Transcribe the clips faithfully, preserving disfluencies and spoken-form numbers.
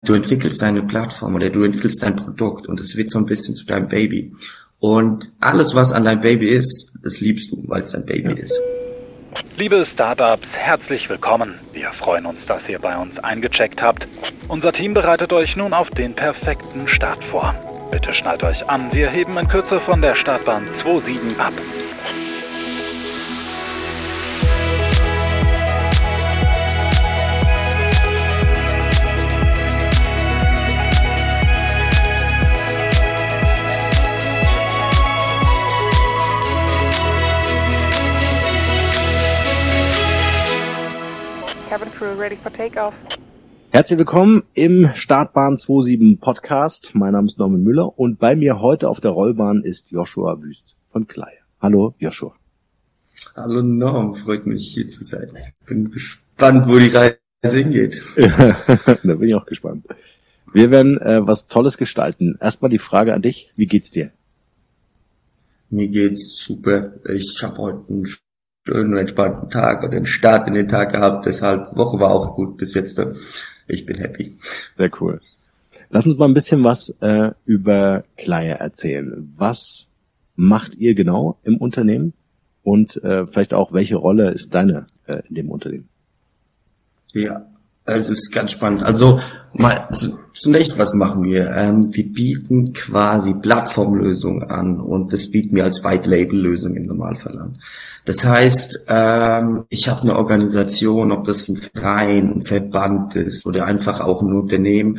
du entwickelst deine Plattform oder du entwickelst dein Produkt und es wird so ein bisschen zu deinem Baby. Und alles, was an deinem Baby ist, das liebst du, weil es dein Baby ist. Liebe Startups, herzlich willkommen. Wir freuen uns, dass ihr bei uns eingecheckt habt. Unser Team bereitet euch nun auf den perfekten Start vor. Bitte schnallt euch an, wir heben in Kürze von der Startbahn siebenundzwanzig ab. Cabin Crew ready for takeoff. Herzlich willkommen im Startbahn siebenundzwanzig Podcast. Mein Name ist Norman Müller und bei mir heute auf der Rollbahn ist Joshua Wüst von Kleie. Hallo Joshua. Hallo Norm, freut mich hier zu sein. Bin gespannt, wo die Reise hingeht. Da bin ich auch gespannt. Wir werden äh, was Tolles gestalten. Erstmal die Frage an dich, wie geht's dir? Mir geht's super. Ich habe heute einen schönen und entspannten Tag oder einen Start in den Tag gehabt, deshalb Woche war auch gut bis jetzt. Ich bin happy. Sehr cool. Lass uns mal ein bisschen was äh, über Kleie erzählen. Was macht ihr genau im Unternehmen und äh, vielleicht auch, welche Rolle ist deine äh, in dem Unternehmen? Ja, es ist ganz spannend. Also mal zunächst, was machen wir? Ähm, wir bieten quasi Plattformlösungen an und das bieten wir als White-Label-Lösung im Normalfall an. Das heißt, ähm, ich habe eine Organisation, ob das ein Verein, ein Verband ist oder einfach auch ein Unternehmen,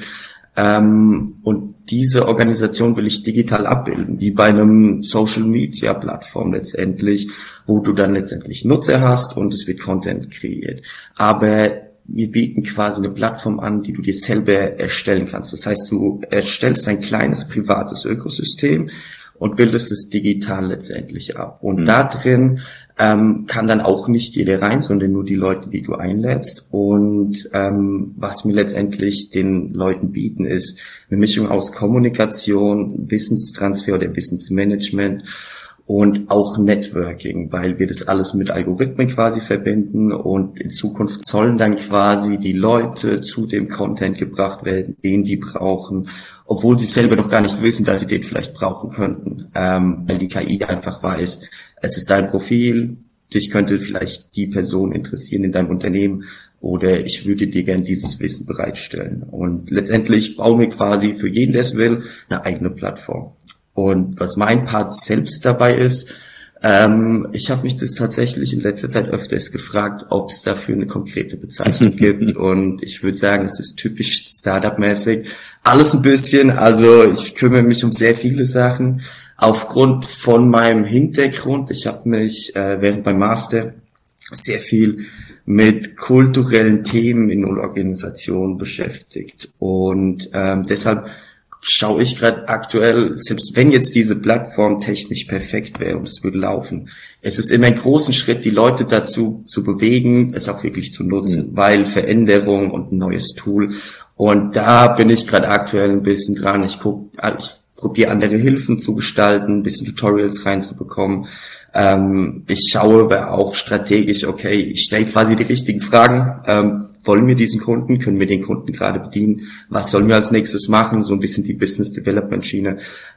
ähm, und diese Organisation will ich digital abbilden, wie bei einem Social-Media-Plattform letztendlich, wo du dann letztendlich Nutzer hast und es wird Content kreiert. Aber wir bieten quasi eine Plattform an, die du dir selber erstellen kannst. Das heißt, du erstellst ein kleines privates Ökosystem und bildest es digital letztendlich ab. Und mhm. da drin ähm, kann dann auch nicht jeder rein, sondern nur die Leute, die du einlädst. Und ähm, was wir letztendlich den Leuten bieten, ist eine Mischung aus Kommunikation, Wissenstransfer oder Wissensmanagement und auch Networking, weil wir das alles mit Algorithmen quasi verbinden und in Zukunft sollen dann quasi die Leute zu dem Content gebracht werden, den die brauchen, obwohl sie selber noch gar nicht wissen, dass sie den vielleicht brauchen könnten, ähm, weil die K I einfach weiß, es ist dein Profil, dich könnte vielleicht die Person interessieren in deinem Unternehmen oder ich würde dir gern dieses Wissen bereitstellen. Und letztendlich bauen wir quasi für jeden, der es will, eine eigene Plattform. Und was mein Part selbst dabei ist, ähm, ich habe mich das tatsächlich in letzter Zeit öfters gefragt, ob es dafür eine konkrete Bezeichnung gibt. Und ich würde sagen, es ist typisch Startup-mäßig. Alles ein bisschen, also ich kümmere mich um sehr viele Sachen. Aufgrund von meinem Hintergrund, ich habe mich äh, während meinem Master sehr viel mit kulturellen Themen in Organisationen beschäftigt. Und ähm, deshalb schaue ich gerade aktuell, selbst wenn jetzt diese Plattform technisch perfekt wäre und es würde laufen, es ist immer ein großen Schritt, die Leute dazu zu bewegen, es auch wirklich zu nutzen, mhm. weil Veränderung und ein neues Tool. Und da bin ich gerade aktuell ein bisschen dran. Ich gucke, ich probiere andere Hilfen zu gestalten, ein bisschen Tutorials reinzubekommen. Ähm, ich schaue aber auch strategisch, okay, ich stelle quasi die richtigen Fragen. Ähm, wollen wir diesen Kunden? Können wir den Kunden gerade bedienen? Was sollen wir als nächstes machen? So ein bisschen die Business Development Schiene.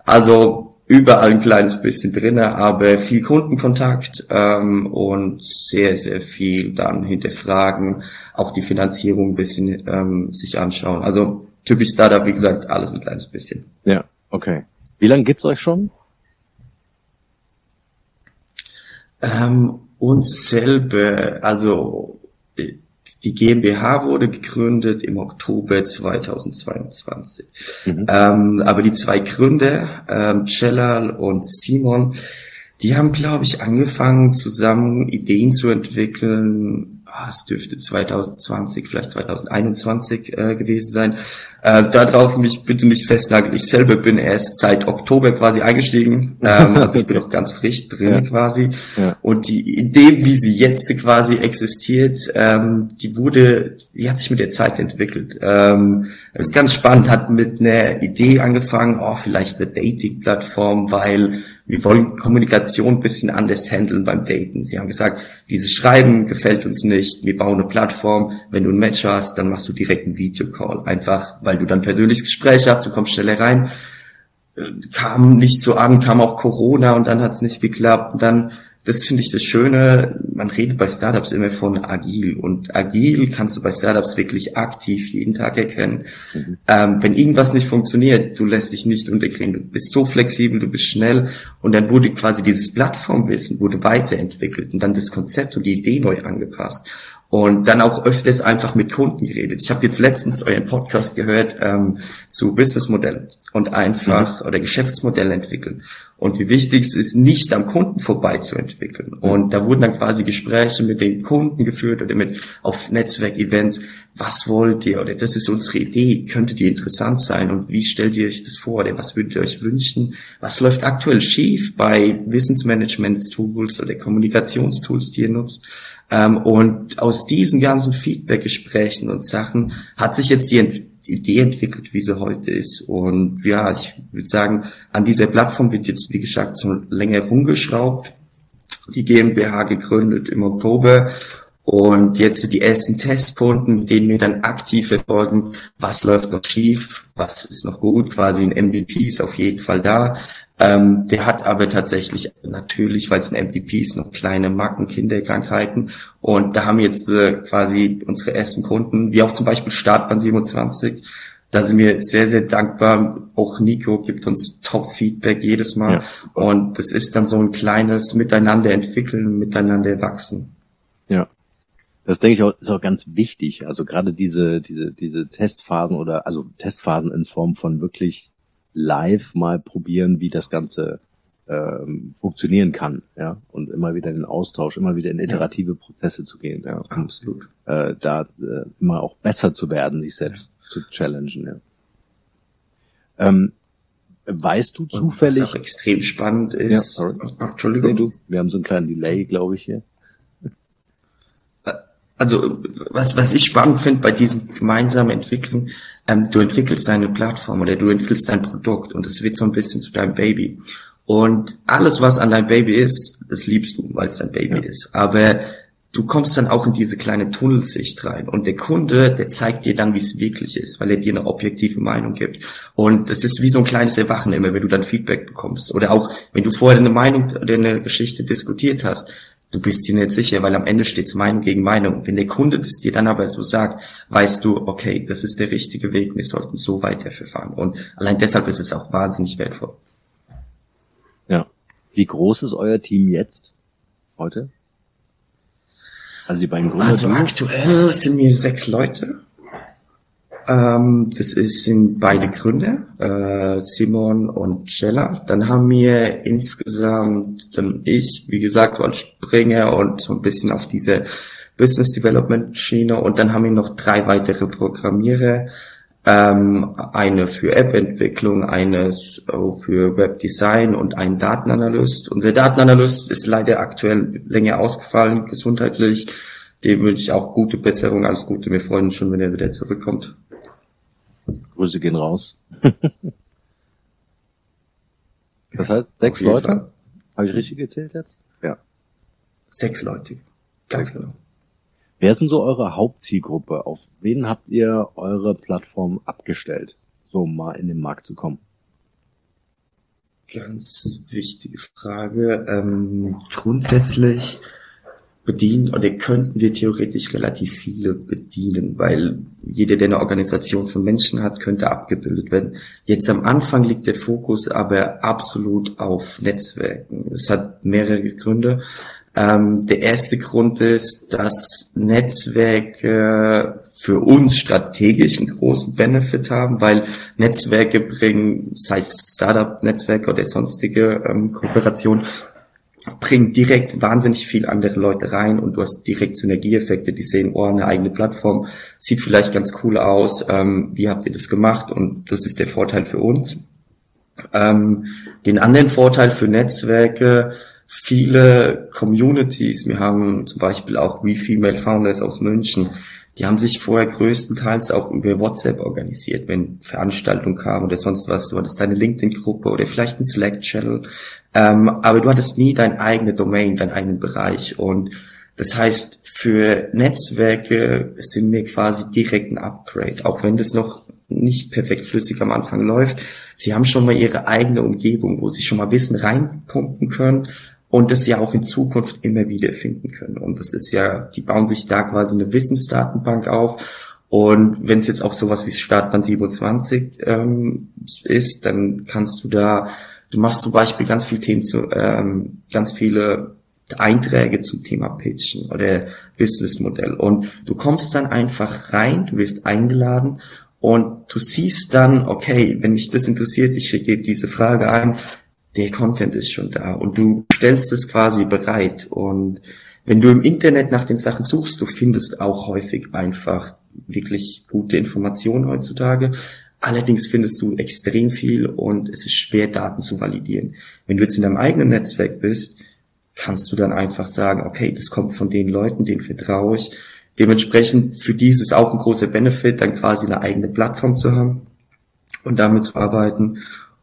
Also überall ein kleines bisschen drinne, aber viel Kundenkontakt ähm, und sehr, sehr viel dann hinterfragen. Auch die Finanzierung ein bisschen ähm, sich anschauen. Also typisch Startup, wie gesagt, alles ein kleines bisschen. Ja, okay. Wie lange gibt's euch schon? Ähm, uns selber, also die GmbH wurde gegründet im Oktober zweitausendzweiundzwanzig. Mhm. Ähm, aber die zwei Gründer, ähm, Celal und Simon, die haben, glaube ich, angefangen, zusammen Ideen zu entwickeln. Ah, es dürfte zweitausendzwanzig, vielleicht zweitausendeinundzwanzig äh, gewesen sein. Äh, darauf mich bitte nicht festnageln. Ich selber bin erst seit Oktober quasi eingestiegen. Ähm, also ich bin noch ganz frisch drin ja. quasi. Ja. Und die Idee, wie sie jetzt quasi existiert, ähm, die wurde, die hat sich mit der Zeit entwickelt. Ähm, das ist ganz spannend, hat mit einer Idee angefangen, oh, vielleicht eine Dating-Plattform, weil wir wollen Kommunikation ein bisschen anders handeln beim Daten. Sie haben gesagt, dieses Schreiben gefällt uns nicht, wir bauen eine Plattform, wenn du ein Match hast, dann machst du direkt einen Videocall, einfach weil du dann persönliches Gespräch hast, du kommst schneller rein. Kam nicht so an, kam auch Corona und dann hat es nicht geklappt. Und dann, das finde ich das Schöne, man redet bei Startups immer von agil und agil kannst du bei Startups wirklich aktiv jeden Tag erkennen. Mhm. Ähm, wenn irgendwas nicht funktioniert, du lässt dich nicht unterkriegen, du bist so flexibel, du bist schnell und dann wurde quasi dieses Plattformwissen wurde weiterentwickelt und dann das Konzept und die Idee neu angepasst. Und dann auch öfters einfach mit Kunden geredet. Ich habe jetzt letztens euren Podcast gehört ähm, zu Businessmodellen und einfach mhm. oder Geschäftsmodelle entwickeln. Und wie wichtig es ist, nicht am Kunden vorbei zu entwickeln. Und da wurden dann quasi Gespräche mit den Kunden geführt oder mit auf Netzwerkevents. Was wollt ihr? Oder das ist unsere Idee. Könnte die interessant sein? Und wie stellt ihr euch das vor? Oder was würdet ihr euch wünschen? Was läuft aktuell schief bei Wissensmanagement-Tools oder Kommunikationstools, die ihr nutzt? Ähm, und aus diesen ganzen Feedback-Gesprächen und Sachen hat sich jetzt die Ent- Idee entwickelt, wie sie heute ist. Und ja, ich würde sagen, an dieser Plattform wird jetzt, wie gesagt, so länger rumgeschraubt. Die GmbH gegründet im Oktober. Und jetzt die ersten Testkunden, mit denen wir dann aktiv verfolgen, was läuft noch schief, was ist noch gut, quasi ein M V P ist auf jeden Fall da. Ähm, der hat aber tatsächlich natürlich, weil es ein M V P ist, noch kleine Macken, Kinderkrankheiten. Und da haben wir jetzt äh, quasi unsere ersten Kunden, wie auch zum Beispiel Startbahn siebenundzwanzig. Da sind wir sehr, sehr dankbar. Auch Nico gibt uns Top-Feedback jedes Mal. Ja. Und das ist dann so ein kleines Miteinander entwickeln, miteinander wachsen. Ja. Das denke ich auch, ist auch ganz wichtig. Also gerade diese, diese, diese Testphasen oder, also Testphasen in Form von wirklich live mal probieren, wie das Ganze ähm, funktionieren kann, ja, und immer wieder in den Austausch, immer wieder in iterative ja. Prozesse zu gehen, ja, und, absolut, äh, da äh, immer auch besser zu werden, sich selbst ja. zu challengen, ja. Ähm, weißt du zufällig, was auch extrem spannend ist, ja, sorry. Oh, Entschuldigung, nee, du, wir haben so einen kleinen Delay, glaube ich, hier. Also was was ich spannend finde bei diesem gemeinsamen Entwickeln, ähm, du entwickelst deine Plattform oder du entwickelst dein Produkt und es wird so ein bisschen zu deinem Baby. Und alles, was an deinem Baby ist, das liebst du, weil es dein Baby ja. ist. Aber du kommst dann auch in diese kleine Tunnelsicht rein und der Kunde, der zeigt dir dann, wie es wirklich ist, weil er dir eine objektive Meinung gibt. Und das ist wie so ein kleines Erwachen immer, wenn du dann Feedback bekommst. Oder auch, wenn du vorher eine Meinung oder eine Geschichte diskutiert hast, du bist dir nicht sicher, weil am Ende steht Meinung gegen Meinung. Wenn der Kunde das dir dann aber so sagt, weißt du, okay, das ist der richtige Weg, wir sollten so weiterverfahren. Und allein deshalb ist es auch wahnsinnig wertvoll. Ja. Wie groß ist euer Team jetzt? Heute? Also die beiden Gründer. Also aktuell sind wir sechs Leute. Ähm, das ist, sind beide Gründer, äh, Simon und Cella. Dann haben wir insgesamt, dann ich, wie gesagt, so als Springer und so ein bisschen auf diese Business Development Schiene. Und dann haben wir noch drei weitere Programmierer. Ähm, eine für App-Entwicklung, eine für Webdesign und einen Datenanalyst. Unser Datenanalyst ist leider aktuell länger ausgefallen, gesundheitlich. Dem wünsche ich auch gute Besserung, alles Gute. Wir freuen uns schon, wenn er wieder zurückkommt. Grüße gehen raus. Das heißt, sechs Leute? Habe ich richtig gezählt jetzt? Ja. Sechs Leute, ganz genau. Wer ist denn so eure Hauptzielgruppe? Auf wen habt ihr eure Plattform abgestellt, so um mal in den Markt zu kommen? Ganz wichtige Frage. Ähm, grundsätzlich bedienen oder könnten wir theoretisch relativ viele bedienen, weil jeder, der eine Organisation von Menschen hat, könnte abgebildet werden. Jetzt am Anfang liegt der Fokus aber absolut auf Netzwerken. Es hat mehrere Gründe. Ähm, der erste Grund ist, dass Netzwerke für uns strategisch einen großen Benefit haben, weil Netzwerke bringen, sei es Startup-Netzwerke oder sonstige ähm, Kooperationen, bringen direkt wahnsinnig viel andere Leute rein und du hast direkt Synergieeffekte, die sehen, oh, eine eigene Plattform, sieht vielleicht ganz cool aus, ähm, wie habt ihr das gemacht? Und das ist der Vorteil für uns. Ähm, den anderen Vorteil für Netzwerke, viele Communities, wir haben zum Beispiel auch We Female Founders aus München, die haben sich vorher größtenteils auch über WhatsApp organisiert, wenn Veranstaltungen kamen oder sonst was. Du hattest deine LinkedIn-Gruppe oder vielleicht einen Slack-Channel, ähm, aber du hattest nie deine eigene Domain, deinen eigenen Bereich. Und das heißt, für Netzwerke sind wir quasi direkt ein Upgrade, auch wenn das noch nicht perfekt flüssig am Anfang läuft. Sie haben schon mal ihre eigene Umgebung, wo sie schon mal Wissen reinpumpen können und das ja auch in Zukunft immer wieder finden können. Und das ist ja, die bauen sich da quasi eine Wissensdatenbank auf. Und wenn es jetzt auch sowas wie Startplan siebenundzwanzig ähm, ist, dann kannst du da, du machst zum Beispiel ganz viele Themen zu, ähm, ganz viele Einträge zum Thema Pitchen oder Businessmodell. Und du kommst dann einfach rein, du wirst eingeladen und du siehst dann, okay, wenn mich das interessiert, ich schicke dir diese Frage ein, der Content ist schon da und du stellst es quasi bereit. Und wenn du im Internet nach den Sachen suchst, du findest auch häufig einfach wirklich gute Informationen heutzutage. Allerdings findest du extrem viel und es ist schwer, Daten zu validieren. Wenn du jetzt in deinem eigenen Netzwerk bist, kannst du dann einfach sagen, okay, das kommt von den Leuten, denen vertraue ich. Dementsprechend für die ist es auch ein großer Benefit, dann quasi eine eigene Plattform zu haben und damit zu arbeiten.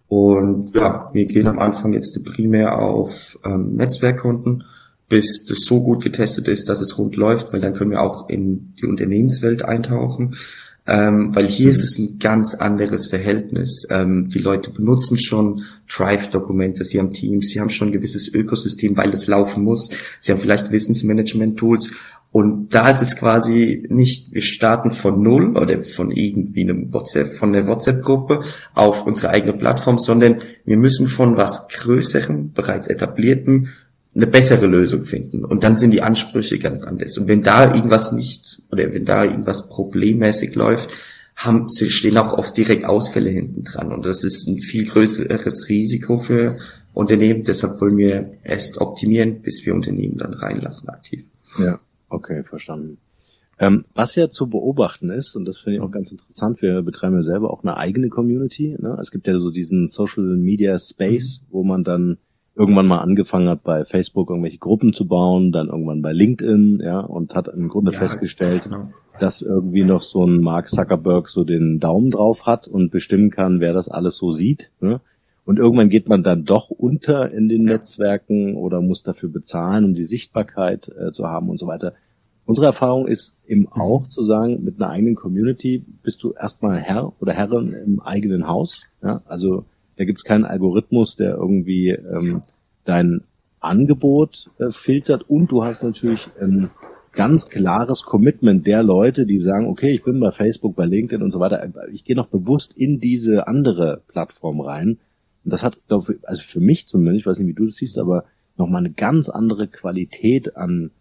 Und ja, wir gehen am Anfang jetzt primär auf ähm, Netzwerkkunden, bis das so gut getestet ist, dass es rund läuft, weil dann können wir auch in die Unternehmenswelt eintauchen. Ähm, weil hier ist es ein ganz anderes Verhältnis. Ähm, die Leute benutzen schon Drive-Dokumente, sie haben Teams, sie haben schon ein gewisses Ökosystem, weil es laufen muss. Sie haben vielleicht Wissensmanagement-Tools. Und da ist es quasi nicht, wir starten von null oder von irgendwie einem WhatsApp, von der WhatsApp-Gruppe auf unsere eigene Plattform, sondern wir müssen von was Größerem, bereits etabliertem, eine bessere Lösung finden. Und dann sind die Ansprüche ganz anders. Und wenn da irgendwas nicht, oder wenn da irgendwas problemmäßig läuft, haben, stehen auch oft direkt Ausfälle hinten dran. Und das ist ein viel größeres Risiko für Unternehmen. Deshalb wollen wir erst optimieren, bis wir Unternehmen dann reinlassen aktiv. Ja. Okay, verstanden. Ähm, was ja zu beobachten ist, und das finde ich auch ganz interessant, wir betreiben ja selber auch eine eigene Community. Ne? Es gibt ja so diesen Social Media Space, mhm. wo man dann irgendwann mal angefangen hat, bei Facebook irgendwelche Gruppen zu bauen, dann irgendwann bei LinkedIn, ja, und hat im Grunde ja, festgestellt, genau. dass irgendwie noch so ein Mark Zuckerberg so den Daumen drauf hat und bestimmen kann, wer das alles so sieht. Ne? Und irgendwann geht man dann doch unter in den ja. Netzwerken oder muss dafür bezahlen, um die Sichtbarkeit äh, zu haben und so weiter. Unsere Erfahrung ist eben auch zu sagen, mit einer eigenen Community bist du erstmal Herr oder Herrin im eigenen Haus. Ja? Also da gibt's keinen Algorithmus, der irgendwie ähm, dein Angebot äh, filtert. Und du hast natürlich ein ganz klares Commitment der Leute, die sagen, okay, ich bin bei Facebook, bei LinkedIn und so weiter. Ich gehe noch bewusst in diese andere Plattform rein. Und das hat, also für mich zumindest, ich weiß nicht, wie du das siehst, aber nochmal eine ganz andere Qualität an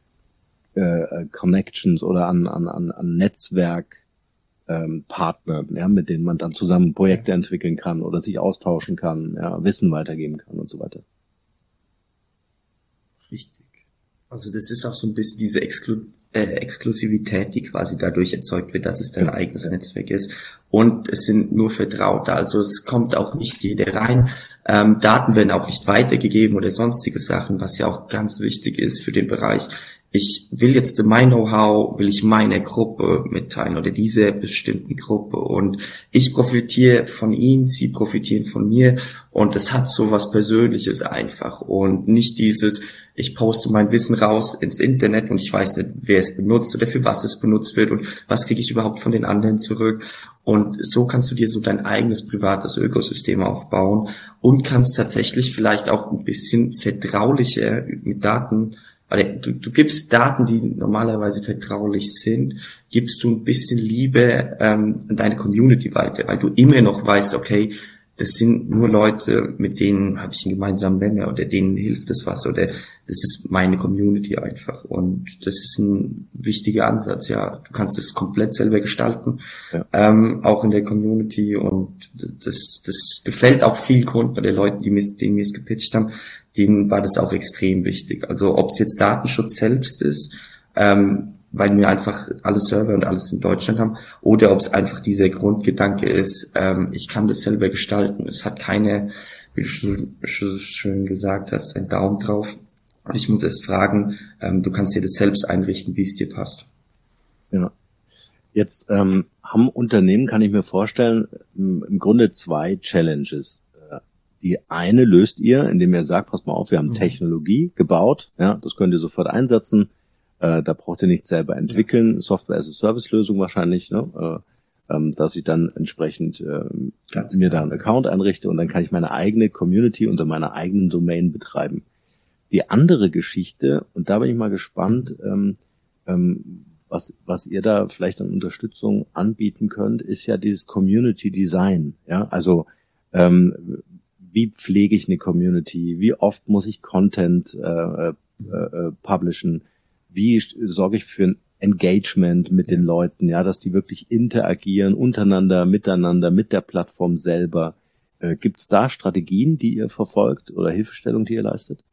äh, Connections oder an, an, an, an Netzwerk ähm, Partnern, ja, mit denen man dann zusammen Projekte entwickeln kann oder sich austauschen kann, ja, Wissen weitergeben kann und so weiter. Richtig. Also das ist auch so ein bisschen diese Exklu- äh, Exklusivität, die quasi dadurch erzeugt wird, dass es dein eigenes ja. Netzwerk ist. Und es sind nur Vertraute, also es kommt auch nicht jeder rein. Ähm, Daten werden auch nicht weitergegeben oder sonstige Sachen, was ja auch ganz wichtig ist für den Bereich. Ich will jetzt mein Know-how, will ich meiner Gruppe mitteilen oder dieser bestimmten Gruppe und ich profitiere von ihnen, sie profitieren von mir und es hat so was Persönliches einfach und nicht dieses, ich poste mein Wissen raus ins Internet und ich weiß nicht, wer es benutzt oder für was es benutzt wird und was kriege ich überhaupt von den anderen zurück. Und so kannst du dir so dein eigenes privates Ökosystem aufbauen und kannst tatsächlich vielleicht auch ein bisschen vertraulicher mit Daten, weil du, du gibst Daten, die normalerweise vertraulich sind, gibst du ein bisschen Liebe ähm, an deine Community weiter, weil du immer noch weißt, okay, das sind nur Leute, mit denen habe ich einen gemeinsamen Nenner oder denen hilft es was oder das ist meine Community einfach und das ist ein wichtiger Ansatz, ja. Du kannst es komplett selber gestalten, ja. ähm, auch in der Community und das das gefällt auch vielen Kunden oder Leuten, die mir denen wir es gepitcht haben, denen war das auch extrem wichtig. Also ob es jetzt Datenschutz selbst ist, ähm, weil wir einfach alle Server und alles in Deutschland haben, oder ob es einfach dieser Grundgedanke ist, ähm, ich kann das selber gestalten. Es hat keine, wie du schon, schön gesagt hast, einen Daumen drauf. Ich muss erst fragen, ähm, du kannst dir das selbst einrichten, wie es dir passt. Ja. Jetzt ähm, haben Unternehmen, kann ich mir vorstellen, im Grunde zwei Challenges. Die eine löst ihr, indem ihr sagt, pass mal auf, wir haben Technologie gebaut, ja, das könnt ihr sofort einsetzen, äh, da braucht ihr nichts selber entwickeln, Software-as-a-Service-Lösung wahrscheinlich, ne, äh, ähm, dass ich dann entsprechend äh, mir da einen Account einrichte und dann kann ich meine eigene Community unter meiner eigenen Domain betreiben. Die andere Geschichte, und da bin ich mal gespannt, ähm, ähm, was was ihr da vielleicht an Unterstützung anbieten könnt, ist ja dieses Community Design, ja, also ähm, wie pflege ich eine Community? Wie oft muss ich Content äh, äh, publishen? Wie sorge ich für ein Engagement mit den Leuten? Ja, dass die wirklich interagieren untereinander, miteinander, mit der Plattform selber. Äh, gibt's da Strategien, die ihr verfolgt oder Hilfestellung, die ihr leistet?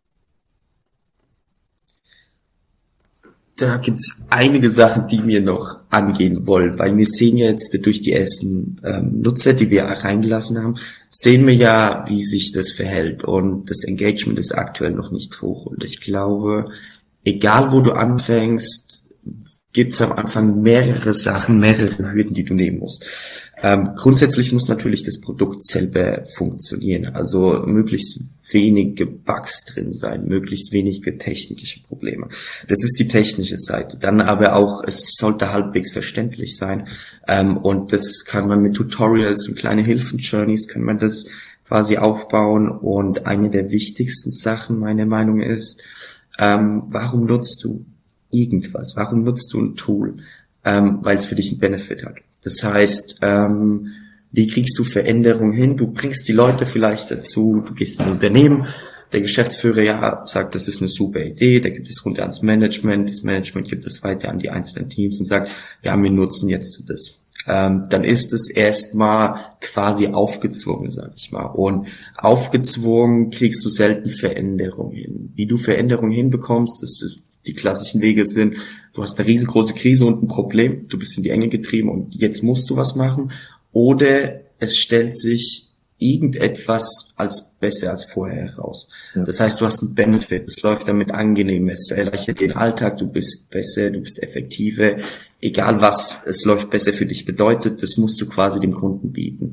Da gibt's einige Sachen, die wir noch angehen wollen, weil wir sehen ja jetzt durch die ersten ähm, Nutzer, die wir reingelassen haben, sehen wir ja, wie sich das verhält, und das Engagement ist aktuell noch nicht hoch, und ich glaube, egal wo du anfängst, gibt's am Anfang mehrere Sachen, mehrere Hürden, die du nehmen musst. Ähm, grundsätzlich muss natürlich das Produkt selber funktionieren, also möglichst wenige Bugs drin sein, möglichst wenige technische Probleme. Das ist die technische Seite. Dann aber auch, es sollte halbwegs verständlich sein, ähm, und das kann man mit Tutorials und kleine Hilfen-Journeys kann man das quasi aufbauen. Und eine der wichtigsten Sachen, meiner Meinung ist, ähm, warum nutzt du irgendwas? Warum nutzt du ein Tool? Ähm, weil es für dich einen Benefit hat. Das heißt, ähm, wie kriegst du Veränderungen hin? Du bringst die Leute vielleicht dazu, du gehst in ein Unternehmen, der Geschäftsführer ja sagt, das ist eine super Idee, der gibt es runter ans Management, das Management gibt es weiter an die einzelnen Teams und sagt, ja, wir nutzen jetzt das. Ähm, dann ist es erstmal quasi aufgezwungen, sag ich mal. Und aufgezwungen kriegst du selten Veränderungen hin. Wie du Veränderungen hinbekommst, das ist die klassischen Wege sind, du hast eine riesengroße Krise und ein Problem, du bist in die Enge getrieben und jetzt musst du was machen, oder es stellt sich irgendetwas als besser als vorher heraus. Ja. Das heißt, du hast einen Benefit, es läuft damit angenehm, es erleichtert den Alltag, du bist besser, du bist effektiver, egal was, es läuft besser für dich bedeutet, das musst du quasi dem Kunden bieten.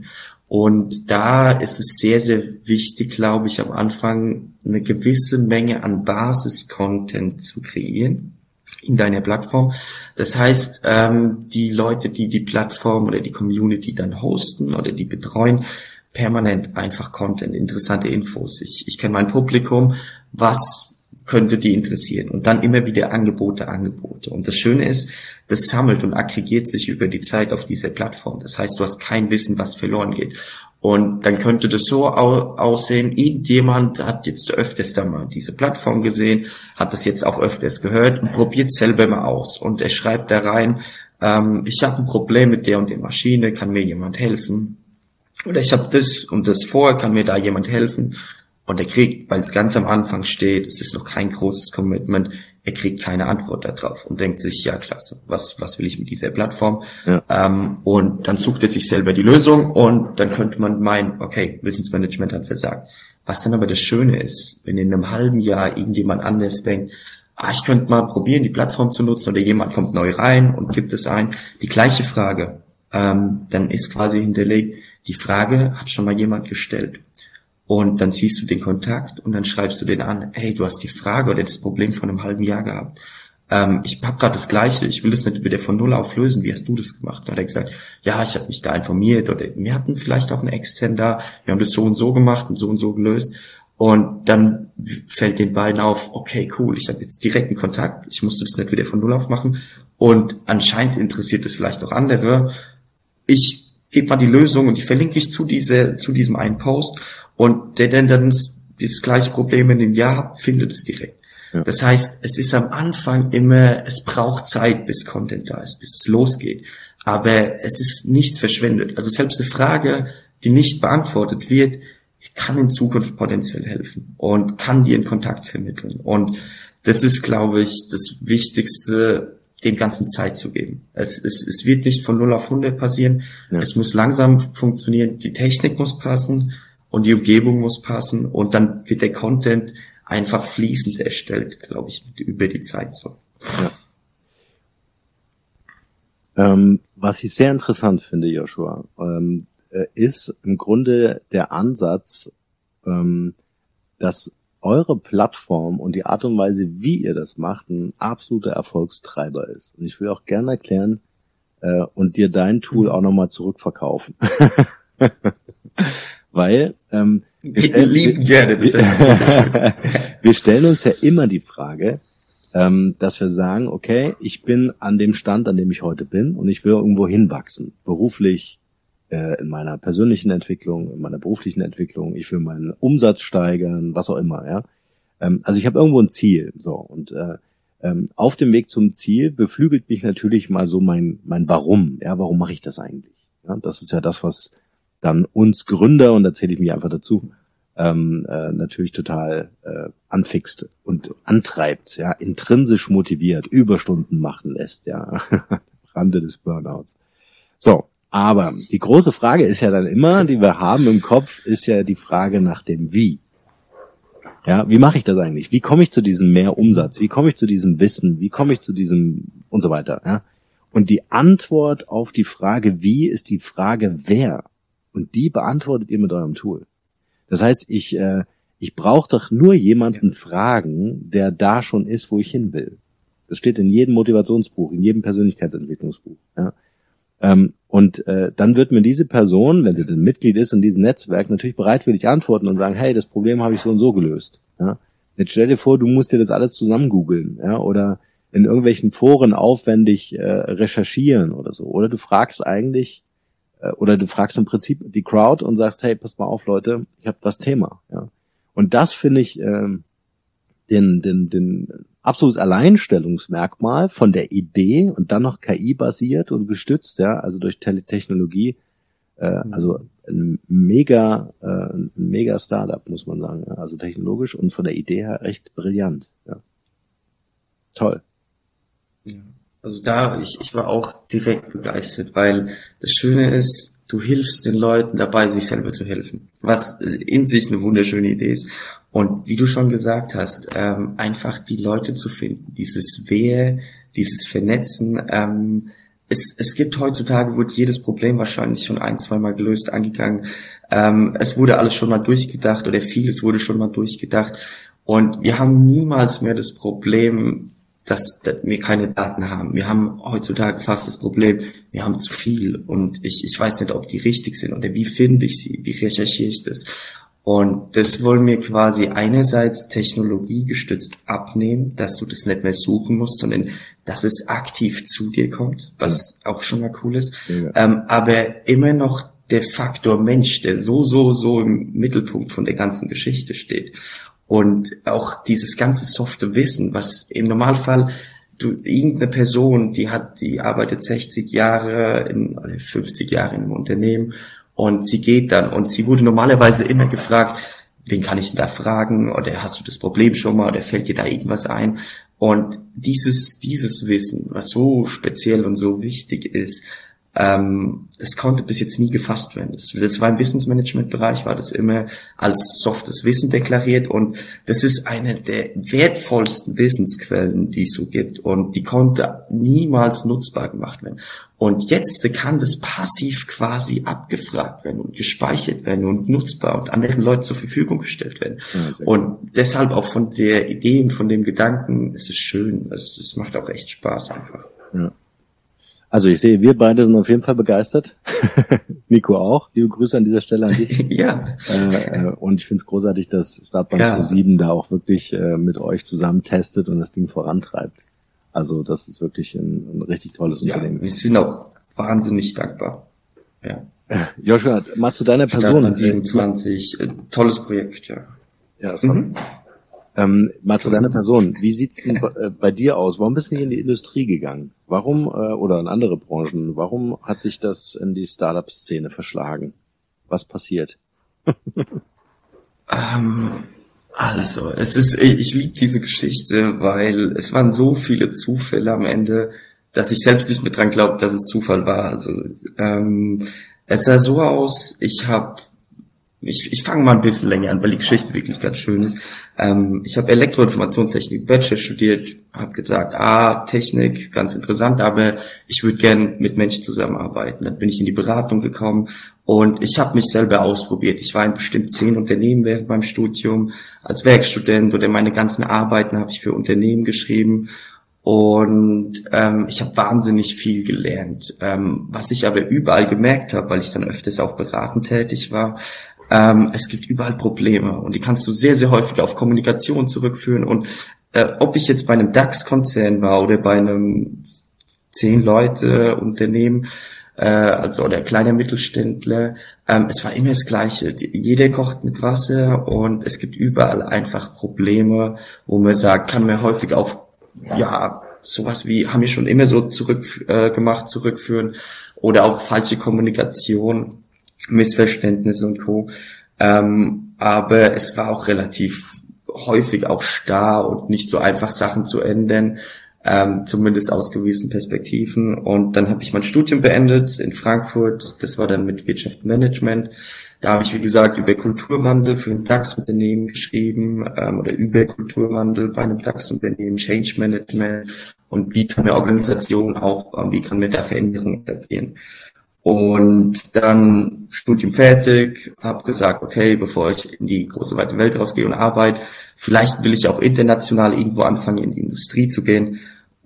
Und da ist es sehr, sehr wichtig, glaube ich, am Anfang eine gewisse Menge an Basis-Content zu kreieren in deiner Plattform. Das heißt, ähm, die Leute, die die Plattform oder die Community dann hosten oder die betreuen, permanent einfach Content, interessante Infos. Ich, ich kenne mein Publikum, was könnte die interessieren? Und dann immer wieder Angebote, Angebote. Und das Schöne ist, das sammelt und aggregiert sich über die Zeit auf dieser Plattform. Das heißt, du hast kein Wissen, was verloren geht. Und dann könnte das so au- aussehen, irgendjemand hat jetzt öfters da mal diese Plattform gesehen, hat das jetzt auch öfters gehört und probiert selber mal aus. Und er schreibt da rein, ähm, ich habe ein Problem mit der und der Maschine, kann mir jemand helfen? Oder ich habe das und das vor, kann mir da jemand helfen? Und er kriegt, weil es ganz am Anfang steht, es ist noch kein großes Commitment, er kriegt keine Antwort darauf und denkt sich, ja klasse, was was will ich mit dieser Plattform? Ja. Ähm, und dann sucht er sich selber die Lösung und dann könnte man meinen, okay, Wissensmanagement hat versagt. Was dann aber das Schöne ist, wenn in einem halben Jahr irgendjemand anders denkt, ah, ich könnte mal probieren, die Plattform zu nutzen, oder jemand kommt neu rein und gibt es ein, die gleiche Frage, ähm, dann ist quasi hinterlegt, die Frage hat schon mal jemand gestellt. Und dann ziehst du den Kontakt und dann schreibst du den an, hey, du hast die Frage oder das Problem von einem halben Jahr gehabt. Ähm, ich habe gerade das Gleiche, ich will das nicht wieder von Null auf lösen, wie hast du das gemacht? Da hat er gesagt, ja, ich habe mich da informiert, oder wir hatten vielleicht auch einen extern da, wir haben das so und so gemacht und so und so gelöst. Und dann fällt den beiden auf, okay, cool, ich habe jetzt direkten Kontakt, ich musste das nicht wieder von Null auf machen. Und anscheinend interessiert es vielleicht noch andere. Ich gebe mal die Lösung und die verlinke ich zu dieser, zu diesem einen Post. Und der, der dann das gleiche Problem in dem Jahr hat, findet es direkt. Ja. Das heißt, es ist am Anfang immer, es braucht Zeit, bis Content da ist, bis es losgeht. Aber es ist nichts verschwendet. Also selbst eine Frage, die nicht beantwortet wird, kann in Zukunft potenziell helfen und kann dir einen Kontakt vermitteln. Und das ist, glaube ich, das Wichtigste, dem Ganzen Zeit zu geben. Es, es, es wird nicht von null auf hundert passieren. Ja. Es muss langsam funktionieren. Die Technik muss passen. Und die Umgebung muss passen und dann wird der Content einfach fließend erstellt, glaube ich, über die Zeit so. Ja. Ähm, Was ich sehr interessant finde, Joshua, ähm, ist im Grunde der Ansatz, ähm, dass eure Plattform und die Art und Weise, wie ihr das macht, ein absoluter Erfolgstreiber ist. Und ich will auch gerne erklären äh, und dir dein Tool auch nochmal zurückverkaufen. Weil ähm, wir, stellen, lieben gerne. Das wir, wir stellen uns ja immer die Frage, ähm, dass wir sagen, okay, ich bin an dem Stand, an dem ich heute bin und ich will irgendwo hinwachsen, beruflich, äh, in meiner persönlichen Entwicklung, in meiner beruflichen Entwicklung, ich will meinen Umsatz steigern, was auch immer, ja. Ähm, also ich habe irgendwo ein Ziel, so, und äh, ähm, auf dem Weg zum Ziel beflügelt mich natürlich mal so mein mein Warum, ja, warum mache ich das eigentlich? Ja, das ist ja das, was dann uns Gründer, und da zähle ich mich einfach dazu, ähm, äh, natürlich total äh, anfixt und antreibt, ja, intrinsisch motiviert, Überstunden machen lässt, ja, Rande des Burnouts. So, aber die große Frage ist ja dann immer, die wir haben im Kopf, ist ja die Frage nach dem Wie. Ja, wie mache ich das eigentlich? Wie komme ich zu diesem Mehrumsatz? Wie komme ich zu diesem Wissen? Wie komme ich zu diesem und so weiter, ja? Und die Antwort auf die Frage Wie ist die Frage Wer. Und die beantwortet ihr mit eurem Tool. Das heißt, ich äh, ich brauche doch nur jemanden fragen, der da schon ist, wo ich hin will. Das steht in jedem Motivationsbuch, in jedem Persönlichkeitsentwicklungsbuch. Ja? Ähm, und äh, dann wird mir diese Person, wenn sie denn Mitglied ist in diesem Netzwerk, natürlich bereitwillig antworten und sagen, hey, das Problem habe ich so und so gelöst. Ja? Jetzt stell dir vor, du musst dir das alles zusammen googeln, ja, oder in irgendwelchen Foren aufwendig äh, recherchieren oder so. Oder du fragst eigentlich Oder du fragst im Prinzip die Crowd und sagst, hey, pass mal auf, Leute, ich habe das Thema. Ja. Und das finde ich ähm, den, den, den absolutes Alleinstellungsmerkmal von der Idee und dann noch K I-basiert und gestützt, ja, also durch Technologie, äh, also ein mega, äh, ein mega Startup, muss man sagen, ja. Also technologisch und von der Idee her echt brillant. Ja. Toll. Ja. Also da, ich, ich war auch direkt begeistert, weil das Schöne ist, du hilfst den Leuten dabei, sich selber zu helfen, was in sich eine wunderschöne Idee ist. Und wie du schon gesagt hast, ähm, einfach die Leute zu finden, dieses Wer, dieses Vernetzen. Ähm, es, es gibt heutzutage, wird jedes Problem wahrscheinlich schon ein, zweimal gelöst, angegangen. Ähm, es wurde alles schon mal durchgedacht oder vieles wurde schon mal durchgedacht. Und wir haben niemals mehr das Problem, dass wir keine Daten haben. Wir haben heutzutage fast das Problem, wir haben zu viel und ich, ich weiß nicht, ob die richtig sind oder wie finde ich sie, wie recherchiere ich das. Und das wollen wir quasi einerseits technologiegestützt abnehmen, dass du das nicht mehr suchen musst, sondern dass es aktiv zu dir kommt, was ja auch schon mal cool ist. Ja. Ähm, aber immer noch der Faktor Mensch, der so, so, so im Mittelpunkt von der ganzen Geschichte steht. Und auch dieses ganze softe Wissen, was im Normalfall du, irgendeine Person, die hat, die arbeitet sechzig Jahre in, oder fünfzig Jahre in einem Unternehmen und sie geht dann und sie wurde normalerweise immer gefragt, wen kann ich denn da fragen oder hast du das Problem schon mal oder fällt dir da irgendwas ein? Und dieses, dieses Wissen, was so speziell und so wichtig ist, Ähm, das konnte bis jetzt nie gefasst werden. Das, das war im Wissensmanagementbereich, war das immer als softes Wissen deklariert und das ist eine der wertvollsten Wissensquellen, die es so gibt und die konnte niemals nutzbar gemacht werden. Und jetzt kann das passiv quasi abgefragt werden und gespeichert werden und nutzbar und anderen Leuten zur Verfügung gestellt werden. Ja, und deshalb auch von der Idee und von dem Gedanken, es ist schön, es, es macht auch echt Spaß einfach. Ja. Also ich sehe, wir beide sind auf jeden Fall begeistert. Nico auch. Liebe Grüße an dieser Stelle an dich. Ja. Äh, und ich finde es großartig, dass Startbahn ja. sieben da auch wirklich äh, mit euch zusammen testet und das Ding vorantreibt. Also das ist wirklich ein, ein richtig tolles ja, Unternehmen. Wir sind auch wahnsinnig dankbar. Ja. Joshua, mal zu deiner Person. Startbahn siebenundzwanzig, äh, tolles Projekt, ja. Ja, sorry. Mhm. Ähm, mal zu deiner Person. Wie sieht's denn bei, äh, bei dir aus? Warum bist du nicht in die Industrie gegangen? Warum, äh, oder in andere Branchen, warum hat dich das in die Startup-Szene verschlagen? Was passiert? ähm, also, es ist, ich, ich liebe diese Geschichte, weil es waren so viele Zufälle am Ende, dass ich selbst nicht mehr dran glaube, dass es Zufall war. Also, ähm, es sah so aus, ich habe ich, ich fange mal ein bisschen länger an, weil die Geschichte wirklich ganz schön ist. Ähm, ich habe Elektroinformationstechnik Bachelor studiert, habe gesagt, ah, Technik, ganz interessant, aber ich würde gern mit Menschen zusammenarbeiten. Dann bin ich in die Beratung gekommen und ich habe mich selber ausprobiert. Ich war in bestimmt zehn Unternehmen während meinem Studium als Werkstudent oder meine ganzen Arbeiten habe ich für Unternehmen geschrieben. Und ähm, ich habe wahnsinnig viel gelernt. Ähm, was ich aber überall gemerkt habe, weil ich dann öfters auch beratend tätig war, ähm, es gibt überall Probleme und die kannst du sehr, sehr häufig auf Kommunikation zurückführen. Und äh, ob ich jetzt bei einem DAX-Konzern war oder bei einem zehn-Leute-Unternehmen, äh, also oder kleiner Mittelständler, ähm, es war immer das Gleiche. Jeder kocht mit Wasser und es gibt überall einfach Probleme, wo man sagt, kann man häufig auf ja, sowas wie, haben wir schon immer so zurück äh, gemacht, zurückführen oder auch falsche Kommunikation, Missverständnisse und Co. Ähm, aber es war auch relativ häufig auch starr und nicht so einfach Sachen zu ändern, ähm, zumindest aus gewissen Perspektiven. Und dann habe ich mein Studium beendet in Frankfurt, das war dann mit Wirtschaft und Management. Da habe ich, wie gesagt, über Kulturwandel für ein DAX-Unternehmen geschrieben ähm, oder über Kulturwandel bei einem DAX-Unternehmen, Change Management und wie kann eine Organisation aufbauen, wie kann man da Veränderungen etablieren. Und dann Studium fertig, habe gesagt, okay, bevor ich in die große weite Welt rausgehe und arbeite, vielleicht will ich auch international irgendwo anfangen, in die Industrie zu gehen.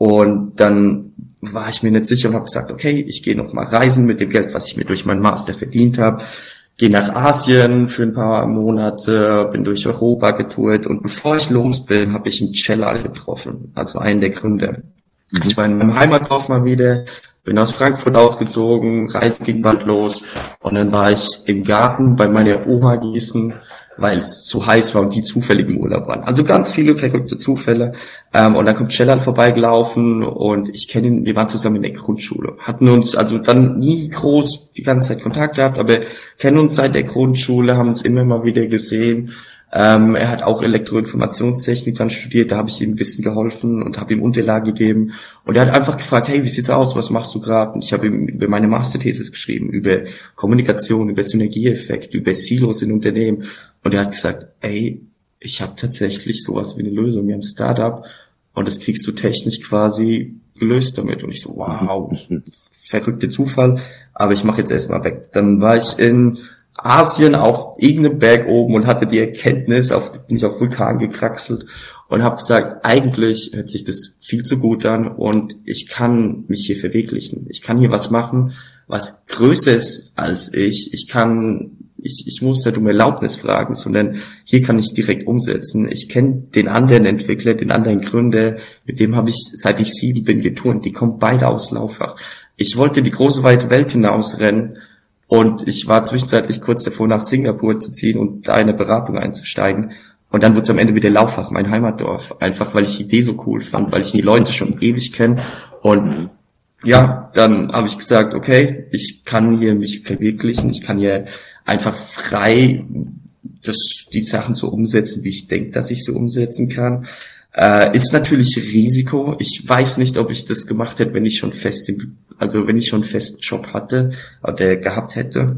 Und dann war ich mir nicht sicher und habe gesagt, okay, ich gehe noch mal reisen mit dem Geld, was ich mir durch meinen Master verdient habe. Gehe nach Asien für ein paar Monate, bin durch Europa getourt und bevor ich los bin, habe ich einen Celal getroffen, also einen der Gründer. Mhm. Ich war in meinem Heimatdorf mal wieder, bin aus Frankfurt ausgezogen, Reisen ging bald los und dann war ich im Garten bei meiner Oma gießen, weil es zu heiß war und die zufällig im Urlaub waren. Also ganz viele verrückte Zufälle. Ähm, und dann kommt Celal vorbeigelaufen und ich kenne ihn, wir waren zusammen in der Grundschule. Hatten uns also dann nie groß die ganze Zeit Kontakt gehabt, aber kennen uns seit der Grundschule, haben uns immer mal wieder gesehen. Ähm, er hat auch Elektroinformationstechnik dann studiert, da habe ich ihm ein bisschen geholfen und habe ihm Unterlagen gegeben. Und er hat einfach gefragt, hey, wie sieht's aus, was machst du gerade? Und ich habe ihm über meine Masterthesis geschrieben, über Kommunikation, über Synergieeffekt, über Silos in Unternehmen. Und er hat gesagt, ey, ich habe tatsächlich sowas wie eine Lösung, wir haben ein Startup und das kriegst du technisch quasi gelöst damit. Und ich so, wow, verrückter Zufall, aber ich mache jetzt erstmal weg. Dann war ich in Asien auf irgendeinem Berg oben und hatte die Erkenntnis, auf, bin ich auf Vulkan gekraxelt und habe gesagt, eigentlich hört sich das viel zu gut an und ich kann mich hier verwirklichen. Ich kann hier was machen, was größer ist als ich. Ich kann, ich, ich muss nicht um Erlaubnis fragen, sondern hier kann ich direkt umsetzen. Ich kenne den anderen Entwickler, den anderen Gründer, mit dem habe ich, seit ich sieben bin, geturnt. Die kommen beide aus Laufach. Ich wollte die große weite Welt hinausrennen. Und ich war zwischenzeitlich kurz davor, nach Singapur zu ziehen und da in eine Beratung einzusteigen. Und dann wurde es am Ende wieder Laufach, mein Heimatdorf. Einfach, weil ich die Idee so cool fand, weil ich die Leute schon ewig kenne. Und ja, dann habe ich gesagt, okay, ich kann hier mich verwirklichen. Ich kann hier einfach frei das, die Sachen so umsetzen, wie ich denke, dass ich so umsetzen kann. Äh, ist natürlich Risiko. Ich weiß nicht, ob ich das gemacht hätte, wenn ich schon fest im, also wenn ich schon einen festen Job hatte oder gehabt hätte,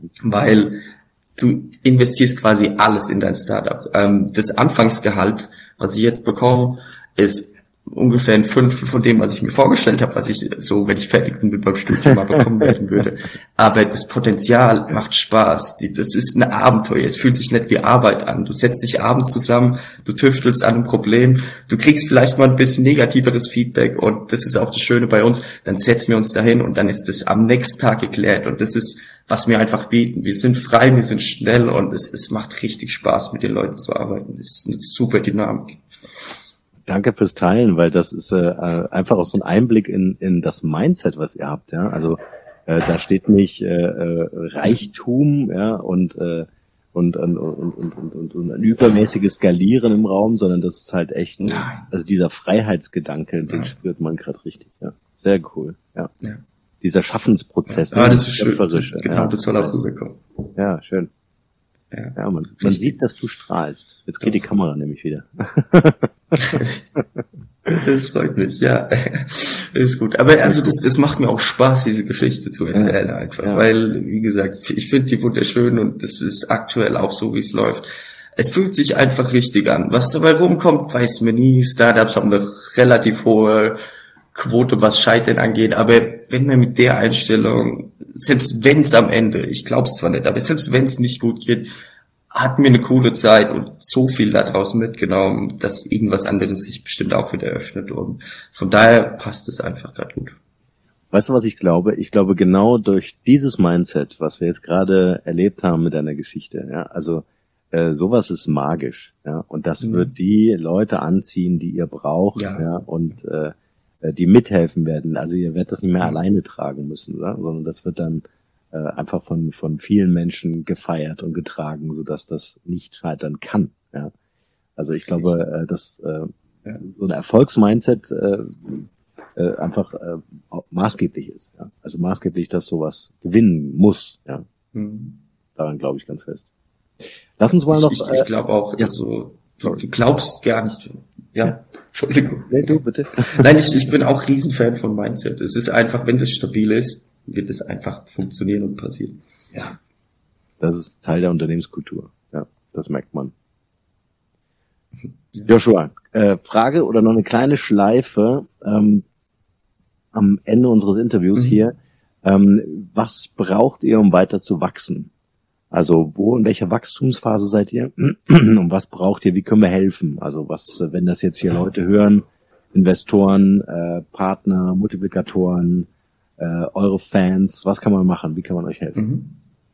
weil du investierst quasi alles in dein Startup. Ähm, das Anfangsgehalt, was ich jetzt bekomme, ist ungefähr ein Fünftel von dem, was ich mir vorgestellt habe, was ich so, wenn ich fertig bin mit meinem Studium, mal bekommen werden würde. Aber das Potenzial macht Spaß. Das ist ein Abenteuer. Es fühlt sich nicht wie Arbeit an. Du setzt dich abends zusammen, du tüftelst an einem Problem, du kriegst vielleicht mal ein bisschen negativeres Feedback und das ist auch das Schöne bei uns. Dann setzen wir uns dahin und dann ist das am nächsten Tag geklärt und das ist, was wir einfach bieten. Wir sind frei, wir sind schnell und es, es macht richtig Spaß, mit den Leuten zu arbeiten. Das ist eine super Dynamik. Danke fürs Teilen, weil das ist äh, einfach auch so ein Einblick in in das Mindset, was ihr habt. Ja, also äh, da steht nicht äh, äh, Reichtum, ja und äh, und, und, und, und, und, und ein übermäßiges Skalieren im Raum, sondern das ist halt echt, Nein. also dieser Freiheitsgedanke, den ja. spürt man gerade richtig. Ja, sehr cool. Ja, ja. Dieser Schaffensprozess. Ja, ne? Das ist schön. Genau, ja. Das soll auch rüberkommen. Ja, schön. Ja, ja man, man sieht, dass du strahlst. Jetzt geht Doch. die Kamera nämlich wieder. Das freut mich, ja. Ist gut. Aber also das, das macht mir auch Spaß, diese Geschichte zu erzählen, ja, einfach. Ja. Weil, wie gesagt, ich finde die wunderschön und das ist aktuell auch so, wie es läuft. Es fühlt sich einfach richtig an. Was dabei rumkommt, weiß man nie. Startups haben eine relativ hohe Quote, was Scheitern angeht. Aber wenn man mit der Einstellung, selbst wenn es am Ende, ich glaube es zwar nicht, aber selbst wenn es nicht gut geht, hatten wir eine coole Zeit und so viel daraus mitgenommen, dass irgendwas anderes sich bestimmt auch wieder öffnet. Und von daher passt es einfach gerade gut. Weißt du, was ich glaube? Ich glaube, genau durch dieses Mindset, was wir jetzt gerade erlebt haben mit deiner Geschichte, ja, also äh, sowas ist magisch, ja, und das mhm. wird die Leute anziehen, die ihr braucht, ja, ja und äh, die mithelfen werden. Also ihr werdet das nicht mehr mhm. alleine tragen müssen, oder? Sondern das wird dann äh, einfach von von vielen Menschen gefeiert und getragen, sodass das nicht scheitern kann. Ja, also ich glaube, äh, dass äh, so ein Erfolgsmindset äh, äh, einfach äh, maßgeblich ist. Ja? Also maßgeblich, dass sowas gewinnen muss. Ja, mhm. Daran glaube ich ganz fest. Lass uns mal noch. Ich, ich, ich glaube auch, ja. also du glaubst gar nicht. Ja, ja. Entschuldigung. Nee, du bitte. Nein, ich, ich bin auch Riesenfan von Mindset. Es ist einfach, wenn das stabil ist, wird es einfach funktionieren und passieren. Ja, das ist Teil der Unternehmenskultur. Ja, das merkt man. Ja. Joshua, äh, Frage oder noch eine kleine Schleife ähm, am Ende unseres Interviews mhm. hier. Ähm, was braucht ihr, um weiter zu wachsen? Also wo, in welcher Wachstumsphase seid ihr? Und was braucht ihr? Wie können wir helfen? Also was, wenn das jetzt hier Leute hören, Investoren, äh, Partner, Multiplikatoren, äh, eure Fans, was kann man machen? Wie kann man euch helfen? Mhm.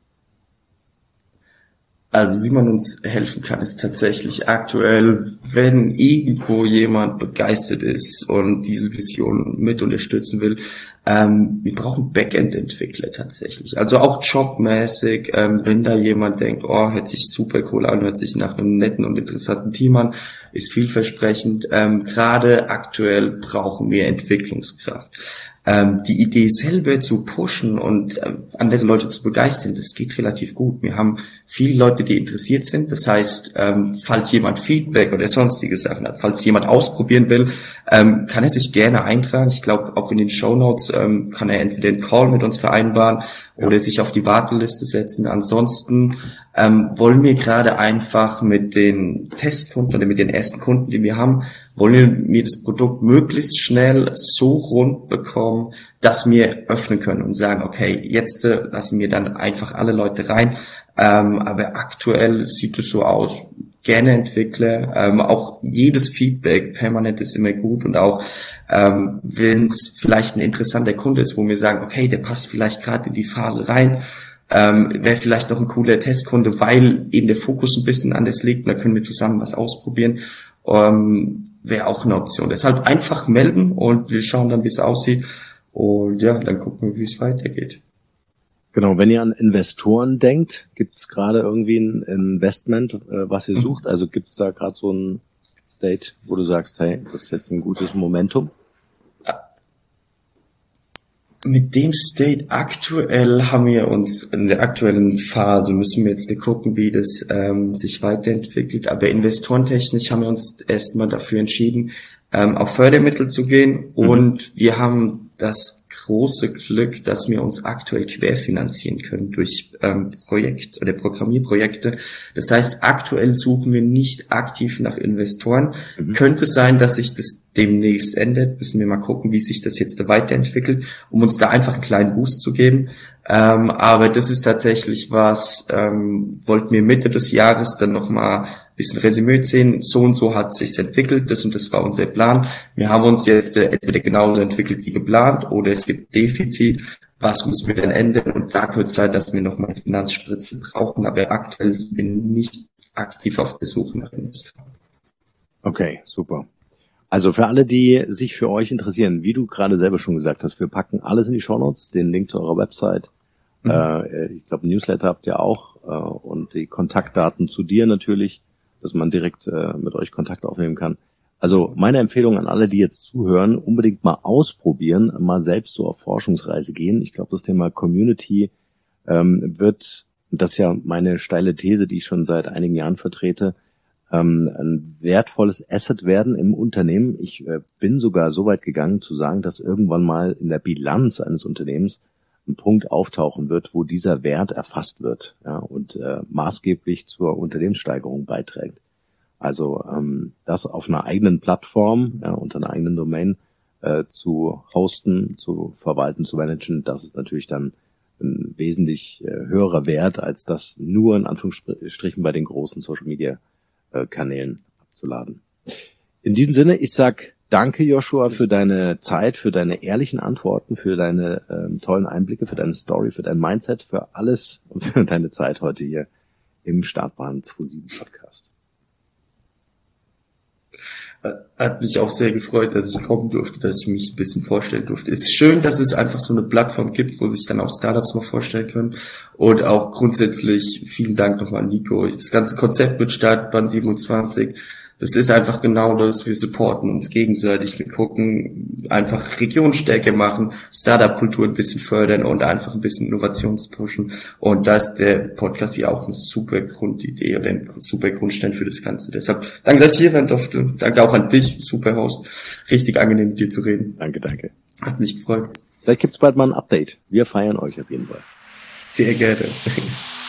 Also wie man uns helfen kann, ist tatsächlich aktuell, wenn irgendwo jemand begeistert ist und diese Vision mit unterstützen will, ähm, wir brauchen Backend-Entwickler tatsächlich. Also auch jobmäßig, ähm, wenn da jemand denkt, oh, hört sich super cool an, hört sich nach einem netten und interessanten Team an, ist vielversprechend. Ähm, gerade aktuell brauchen wir Entwicklungskraft. Ähm, die Idee selber zu pushen und äh, andere Leute zu begeistern, das geht relativ gut. Wir haben viele Leute, die interessiert sind. Das heißt, ähm, falls jemand Feedback oder sonstige Sachen hat, falls jemand ausprobieren will, ähm, kann er sich gerne eintragen. Ich glaube, auch in den Shownotes ähm, kann er entweder einen Call mit uns vereinbaren ja. oder sich auf die Warteliste setzen. Ansonsten ähm, wollen wir gerade einfach mit den Testkunden oder mit den ersten Kunden, die wir haben, wollen wir das Produkt möglichst schnell so rund bekommen, dass wir öffnen können und sagen, okay, jetzt äh, lassen wir dann einfach alle Leute rein. Ähm, aber aktuell sieht es so aus, gerne Entwickler, ähm, auch jedes Feedback permanent ist immer gut und auch ähm, wenn es vielleicht ein interessanter Kunde ist, wo wir sagen, okay, der passt vielleicht gerade in die Phase rein, ähm, wäre vielleicht noch ein cooler Testkunde, weil eben der Fokus ein bisschen anders liegt und da können wir zusammen was ausprobieren. Ähm, wäre auch eine Option. Deshalb einfach melden und wir schauen dann, wie es aussieht und ja, dann gucken wir, wie es weitergeht. Genau, wenn ihr an Investoren denkt, gibt es gerade irgendwie ein Investment, äh, was ihr sucht? Also gibt es da gerade so ein State, wo du sagst, hey, das ist jetzt ein gutes Momentum? Mit dem State aktuell haben wir uns, in der aktuellen Phase müssen wir jetzt gucken, wie das ähm, sich weiterentwickelt. Aber investorentechnisch haben wir uns erstmal dafür entschieden, ähm, auf Fördermittel zu gehen. Mhm. Und wir haben das große Glück, dass wir uns aktuell querfinanzieren können durch ähm, Projekt- oder Programmierprojekte. Das heißt, aktuell suchen wir nicht aktiv nach Investoren. Mhm. Könnte sein, dass sich das demnächst ändert. Müssen wir mal gucken, wie sich das jetzt weiterentwickelt, um uns da einfach einen kleinen Boost zu geben. Ähm, aber das ist tatsächlich was, ähm, wollten wir Mitte des Jahres dann nochmal ein bisschen Resümee ziehen. So und so hat sich's entwickelt, das und das war unser Plan. Wir haben uns jetzt äh, entweder genauso entwickelt wie geplant oder es gibt Defizit. Was müssen wir denn ändern? Und da könnte es sein, dass wir nochmal eine Finanzspritze brauchen, aber aktuell sind wir nicht aktiv auf der Suche nach Investoren. Okay, super. Also für alle, die sich für euch interessieren, wie du gerade selber schon gesagt hast, wir packen alles in die Shownotes, den Link zu eurer Website. Mhm. Äh, ich glaube, Newsletter habt ihr auch äh, und die Kontaktdaten zu dir natürlich, dass man direkt äh, mit euch Kontakt aufnehmen kann. Also meine Empfehlung an alle, die jetzt zuhören, unbedingt mal ausprobieren, mal selbst so auf Forschungsreise gehen. Ich glaube, das Thema Community ähm, wird, das ist ja meine steile These, die ich schon seit einigen Jahren vertrete, ähm, ein wertvolles Asset werden im Unternehmen. Ich äh, bin sogar so weit gegangen zu sagen, dass irgendwann mal in der Bilanz eines Unternehmens ein Punkt auftauchen wird, wo dieser Wert erfasst wird, ja, und äh, maßgeblich zur Unternehmenssteigerung beiträgt. Also ähm, das auf einer eigenen Plattform, ja, unter einer eigenen Domain äh, zu hosten, zu verwalten, zu managen, das ist natürlich dann ein wesentlich äh, höherer Wert, als das nur in Anführungsstrichen bei den großen Social Media äh, Kanälen abzuladen. In diesem Sinne, ich sag danke, Joshua, für deine Zeit, für deine ehrlichen Antworten, für deine ähm, tollen Einblicke, für deine Story, für dein Mindset, für alles und für deine Zeit heute hier im Startbahn siebenundzwanzig Podcast. Hat mich auch sehr gefreut, dass ich kommen durfte, dass ich mich ein bisschen vorstellen durfte. Es ist schön, dass es einfach so eine Plattform gibt, wo sich dann auch Startups mal vorstellen können. Und auch grundsätzlich vielen Dank nochmal an Nico. Das ganze Konzept mit Startbahn siebenundzwanzig, das ist einfach genau das. Wir supporten uns gegenseitig. Wir gucken, einfach Regionsstärke machen, Startup-Kultur ein bisschen fördern und einfach ein bisschen Innovationspushen. Und da ist der Podcast hier auch eine super Grundidee oder ein super Grundstein für das Ganze. Deshalb danke, dass ich hier sein durfte. Danke auch an dich, super Host. Richtig angenehm, mit dir zu reden. Danke, danke. Hat mich gefreut. Vielleicht gibt's bald mal ein Update. Wir feiern euch auf jeden Fall. Sehr gerne.